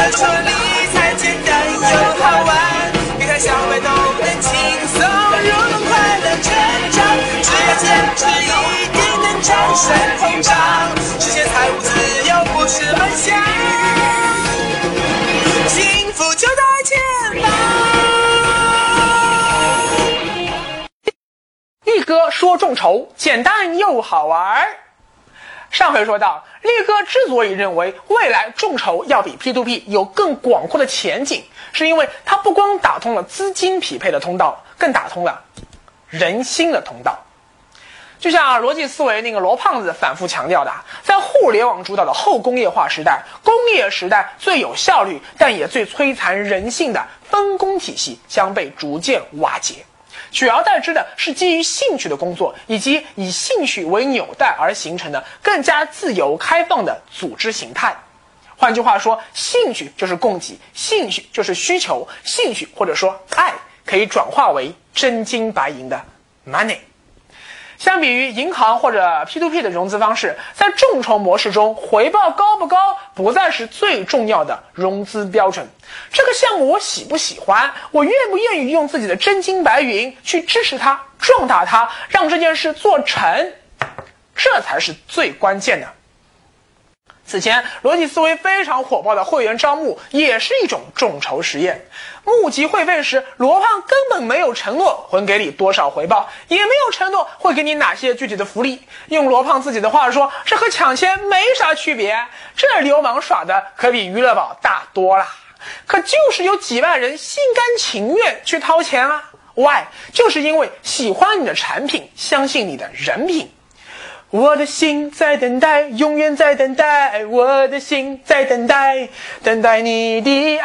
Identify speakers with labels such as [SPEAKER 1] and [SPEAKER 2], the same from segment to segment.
[SPEAKER 1] 他说理财简单又好玩，别看小白都能轻松入门快乐成长，只要坚持一定能战胜通胀，实现财务自由不是梦想，幸福就在前方。
[SPEAKER 2] 力哥说众筹简单又好玩。上回说到，力哥之所以认为未来众筹要比 P2P 有更广阔的前景，是因为它不光打通了资金匹配的通道，更打通了人心的通道。就像逻辑思维那个罗胖子反复强调的，在互联网主导的后工业化时代，工业时代最有效率但也最摧残人性的分工体系将被逐渐瓦解，取而代之的是基于兴趣的工作，以及以兴趣为纽带而形成的更加自由开放的组织形态。换句话说，兴趣就是供给，兴趣就是需求，兴趣或者说爱可以转化为真金白银的 money。相比于银行或者 P2P 的融资方式，在众筹模式中，回报高不高不再是最重要的融资标准。这个项目我喜不喜欢，我愿不愿意用自己的真金白银去支持它、壮大它，让这件事做成，这才是最关键的。此前逻辑思维非常火爆的会员招募也是一种众筹实验。募集会费时，罗胖根本没有承诺会给你多少回报，也没有承诺会给你哪些具体的福利。用罗胖自己的话说，这和抢钱没啥区别，这流氓耍的可比余乐宝大多了。可就是有几万人心甘情愿去掏钱啊 ，Why？ 就是因为喜欢你的产品，相信你的人品。我的心在等待，永远在等待，我的心在等待，等待你的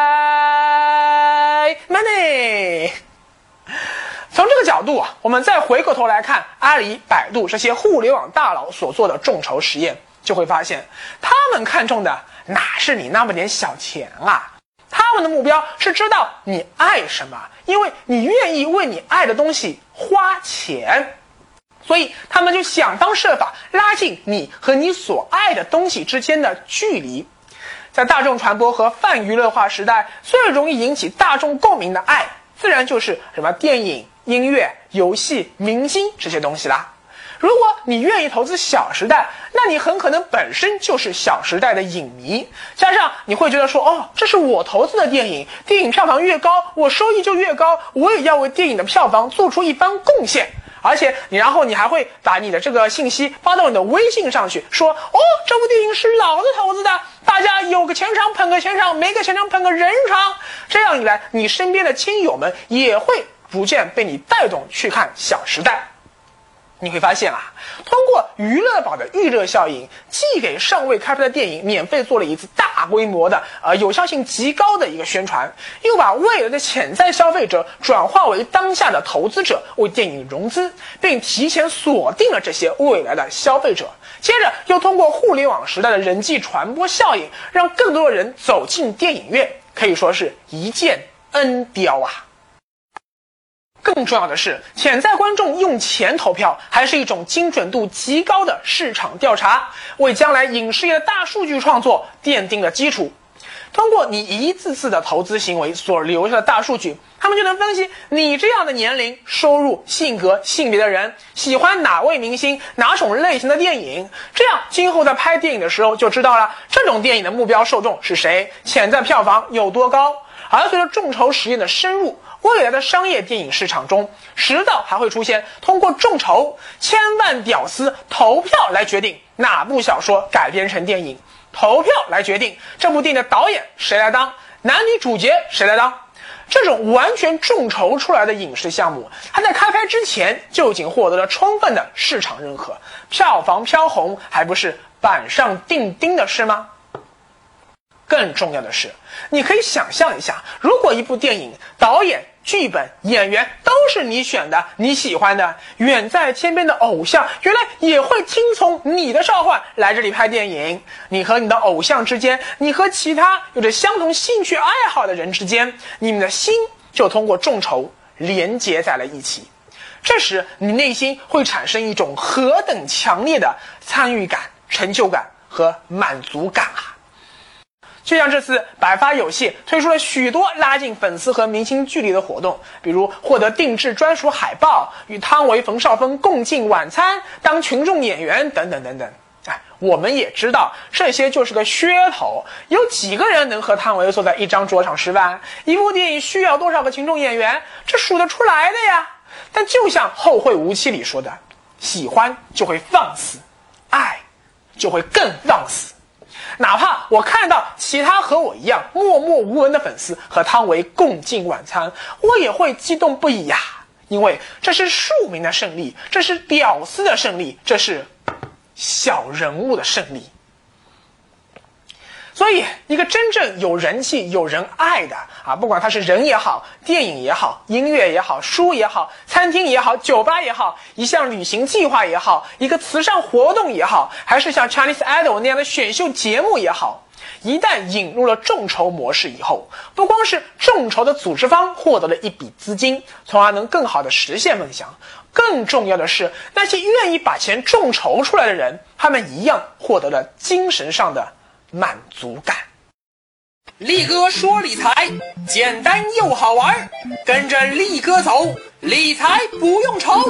[SPEAKER 2] 爱 Money。 从这个角度啊，我们再回过头来看阿里、百度这些互联网大佬所做的众筹实验，就会发现他们看重的哪是你那么点小钱啊，他们的目标是知道你爱什么，因为你愿意为你爱的东西花钱，所以他们就想方设法拉近你和你所爱的东西之间的距离。在大众传播和泛娱乐化时代，最容易引起大众共鸣的爱，自然就是什么电影、音乐、游戏、明星这些东西啦。如果你愿意投资小时代，那你很可能本身就是小时代的影迷，加上你会觉得说，哦，这是我投资的电影，电影票房越高，我收益就越高，我也要为电影的票房做出一番贡献。而且然后你还会把你的这个信息发到你的微信上去，说，哦，这部电影是老子投资的，大家有个钱场捧个钱场，没个钱场捧个人场。这样一来，你身边的亲友们也会逐渐被你带动去看小时代。你会发现啊，通过娱乐宝的预热效应，既给尚未开拍的电影免费做了一次大规模的有效性极高的一个宣传，又把未来的潜在消费者转化为当下的投资者，为电影融资，并提前锁定了这些未来的消费者。接着又通过互联网时代的人际传播效应，让更多的人走进电影院，可以说是一箭恩雕啊。更重要的是，潜在观众用钱投票还是一种精准度极高的市场调查，为将来影视业的大数据创作奠定了基础。通过你一次次的投资行为所留下的大数据，他们就能分析你这样的年龄、收入、性格、性别的人喜欢哪位明星、哪种类型的电影，这样今后在拍电影的时候就知道了这种电影的目标受众是谁，潜在票房有多高。而随着众筹实验的深入，未来的商业电影市场中，迟早还会出现通过众筹千万屌丝投票来决定哪部小说改编成电影，投票来决定这部电影的导演谁来当，男女主角谁来当。这种完全众筹出来的影视项目，它在开拍之前就已经获得了充分的市场认可，票房飘红还不是板上钉钉的事吗？更重要的是，你可以想象一下，如果一部电影导演、剧本、演员都是你选的、你喜欢的，远在天边的偶像原来也会听从你的召唤来这里拍电影。你和你的偶像之间，你和其他有着相同兴趣爱好的人之间，你们的心就通过众筹连接在了一起。这时你内心会产生一种何等强烈的参与感、成就感和满足感啊！ 就像这次百发有戏推出了许多拉近粉丝和明星距离的活动，比如获得定制专属海报、与汤唯、冯绍峰共进晚餐、当群众演员等等等等。我们也知道这些就是个噱头，有几个人能和汤唯坐在一张桌上吃饭？一部电影需要多少个群众演员？这数得出来的呀。但就像《后会无期》里说的，喜欢就会放肆，爱就会更放肆。哪怕我看到其他和我一样默默无闻的粉丝和汤唯共进晚餐，我也会激动不已呀，因为这是庶民的胜利，这是屌丝的胜利，这是小人物的胜利。所以一个真正有人气有人爱的不管他是人也好，电影也好，音乐也好，书也好，餐厅也好，酒吧也好，一项旅行计划也好，一个慈善活动也好，还是像 Chinese Idol 那样的选秀节目也好，一旦引入了众筹模式以后，不光是众筹的组织方获得了一笔资金，从而能更好的实现梦想，更重要的是那些愿意把钱众筹出来的人，他们一样获得了精神上的满足感。力哥说理财简单又好玩，跟着力哥走，理财不用愁。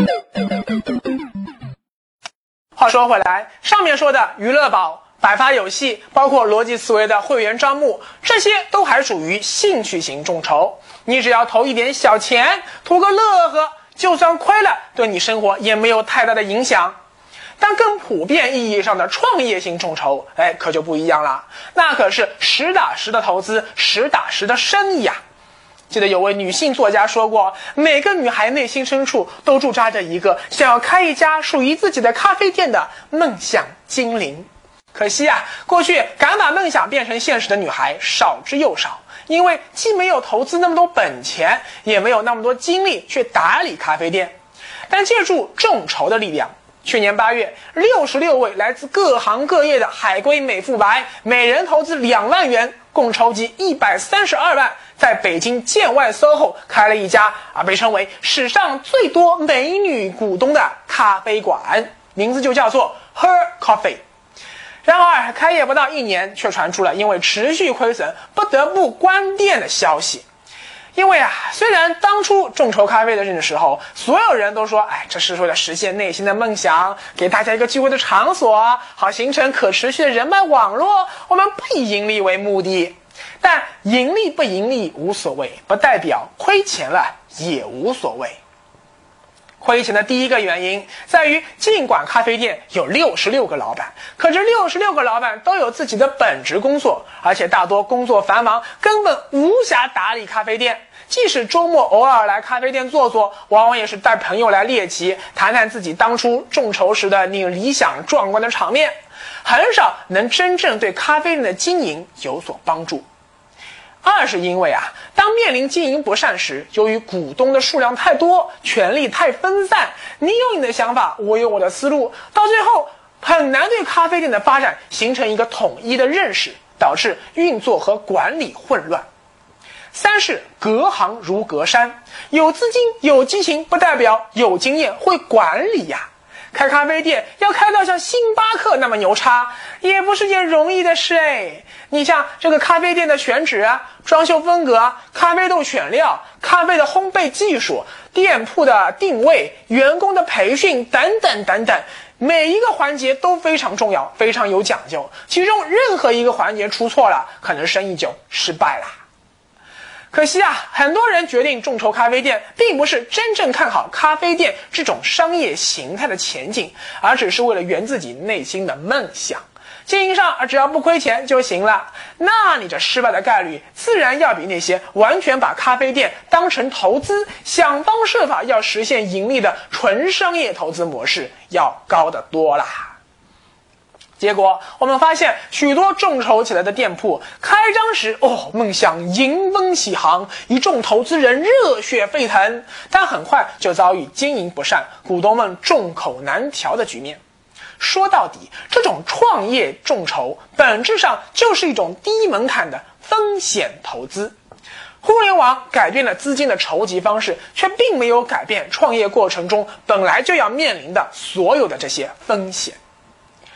[SPEAKER 2] 话说回来，上面说的娱乐宝、百发有戏，包括逻辑思维的会员招募，这些都还属于兴趣型众筹，你只要投一点小钱，图个乐呵，就算亏了，对你生活也没有太大的影响。但更普遍意义上的创业型众筹，可就不一样了，那可是实打实的投资，实打实的生意呀。记得有位女性作家说过，每个女孩内心深处都驻扎着一个想要开一家属于自己的咖啡店的梦想精灵。可惜过去敢把梦想变成现实的女孩少之又少，因为既没有投资那么多本钱，也没有那么多精力去打理咖啡店。但借助众筹的力量，去年8月，66位来自各行各业的海归美富白，每人投资2万元，共筹集132万，在北京建外 SOHO 开了一家被称为史上最多美女股东的咖啡馆，名字就叫做 Her Coffee。然而开业不到1年，却传出了因为持续亏损不得不关店的消息。因为虽然当初众筹咖啡的这个时候，所有人都说这是为了实现内心的梦想，给大家一个聚会的场所，好形成可持续的人脉网络，我们不以盈利为目的。但盈利不盈利无所谓，不代表亏钱了也无所谓。亏钱的第一个原因在于，尽管咖啡店有66个老板，可这66个老板都有自己的本职工作，而且大多工作繁忙，根本无暇打理咖啡店。即使周末偶尔来咖啡店坐坐，往往也是带朋友来猎奇，谈谈自己当初众筹时的那个理想壮观的场面，很少能真正对咖啡店的经营有所帮助。二是因为当面临经营不善时，由于股东的数量太多，权力太分散，你有你的想法，我有我的思路，到最后很难对咖啡店的发展形成一个统一的认识，导致运作和管理混乱。三是隔行如隔山，有资金有激情不代表有经验会管理呀。开咖啡店要开到像星巴克那么牛叉，也不是件容易的事你像这个咖啡店的选址装修风格咖啡豆选料、咖啡的烘焙技术、店铺的定位、员工的培训等等等等，每一个环节都非常重要，非常有讲究，其中任何一个环节出错了，可能生意就失败了。可惜很多人决定众筹咖啡店，并不是真正看好咖啡店这种商业形态的前景，而只是为了圆自己内心的梦想。经营上只要不亏钱就行了，那你这失败的概率自然要比那些完全把咖啡店当成投资，想方设法要实现盈利的纯商业投资模式要高得多啦。结果我们发现，许多众筹起来的店铺开张时梦想迎风起航，一众投资人热血沸腾，但很快就遭遇经营不善，股东们众口难调的局面。说到底，这种创业众筹本质上就是一种低门槛的风险投资。互联网改变了资金的筹集方式，却并没有改变创业过程中本来就要面临的所有的这些风险。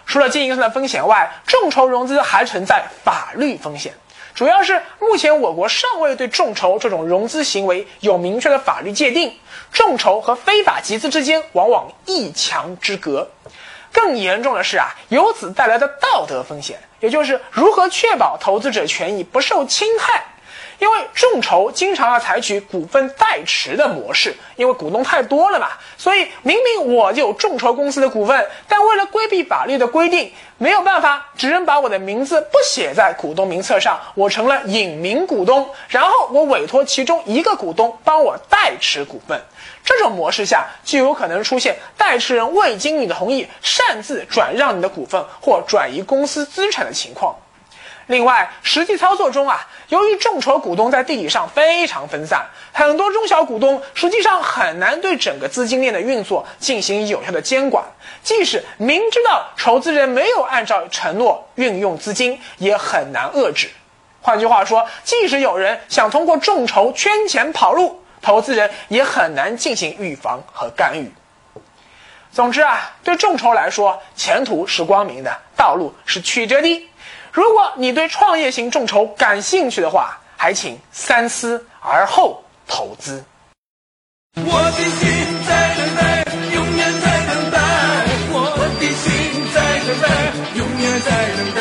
[SPEAKER 2] 除了经营上的风险外，众筹融资还存在法律风险。主要是目前我国尚未对众筹这种融资行为有明确的法律界定，众筹和非法集资之间往往一墙之隔。更严重的是由此带来的道德风险，也就是如何确保投资者权益不受侵害。因为众筹经常要采取股份代持的模式，因为股东太多了嘛，所以明明我有众筹公司的股份，但为了规避法律的规定，没有办法，只能把我的名字不写在股东名册上，我成了隐名股东，然后我委托其中一个股东帮我代持股份。这种模式下，就有可能出现代持人未经你的同意擅自转让你的股份或转移公司资产的情况。另外，实际操作中由于众筹股东在地理上非常分散，很多中小股东实际上很难对整个资金链的运作进行有效的监管，即使明知道筹资人没有按照承诺运用资金，也很难遏制。换句话说，即使有人想通过众筹圈钱跑路，投资人也很难进行预防和干预。总之对众筹来说，前途是光明的，道路是曲折的。如果你对创业型众筹感兴趣的话，还请三思而后投资。
[SPEAKER 1] 我的心在等待，永远在等待，我的心在等待，永远在等待。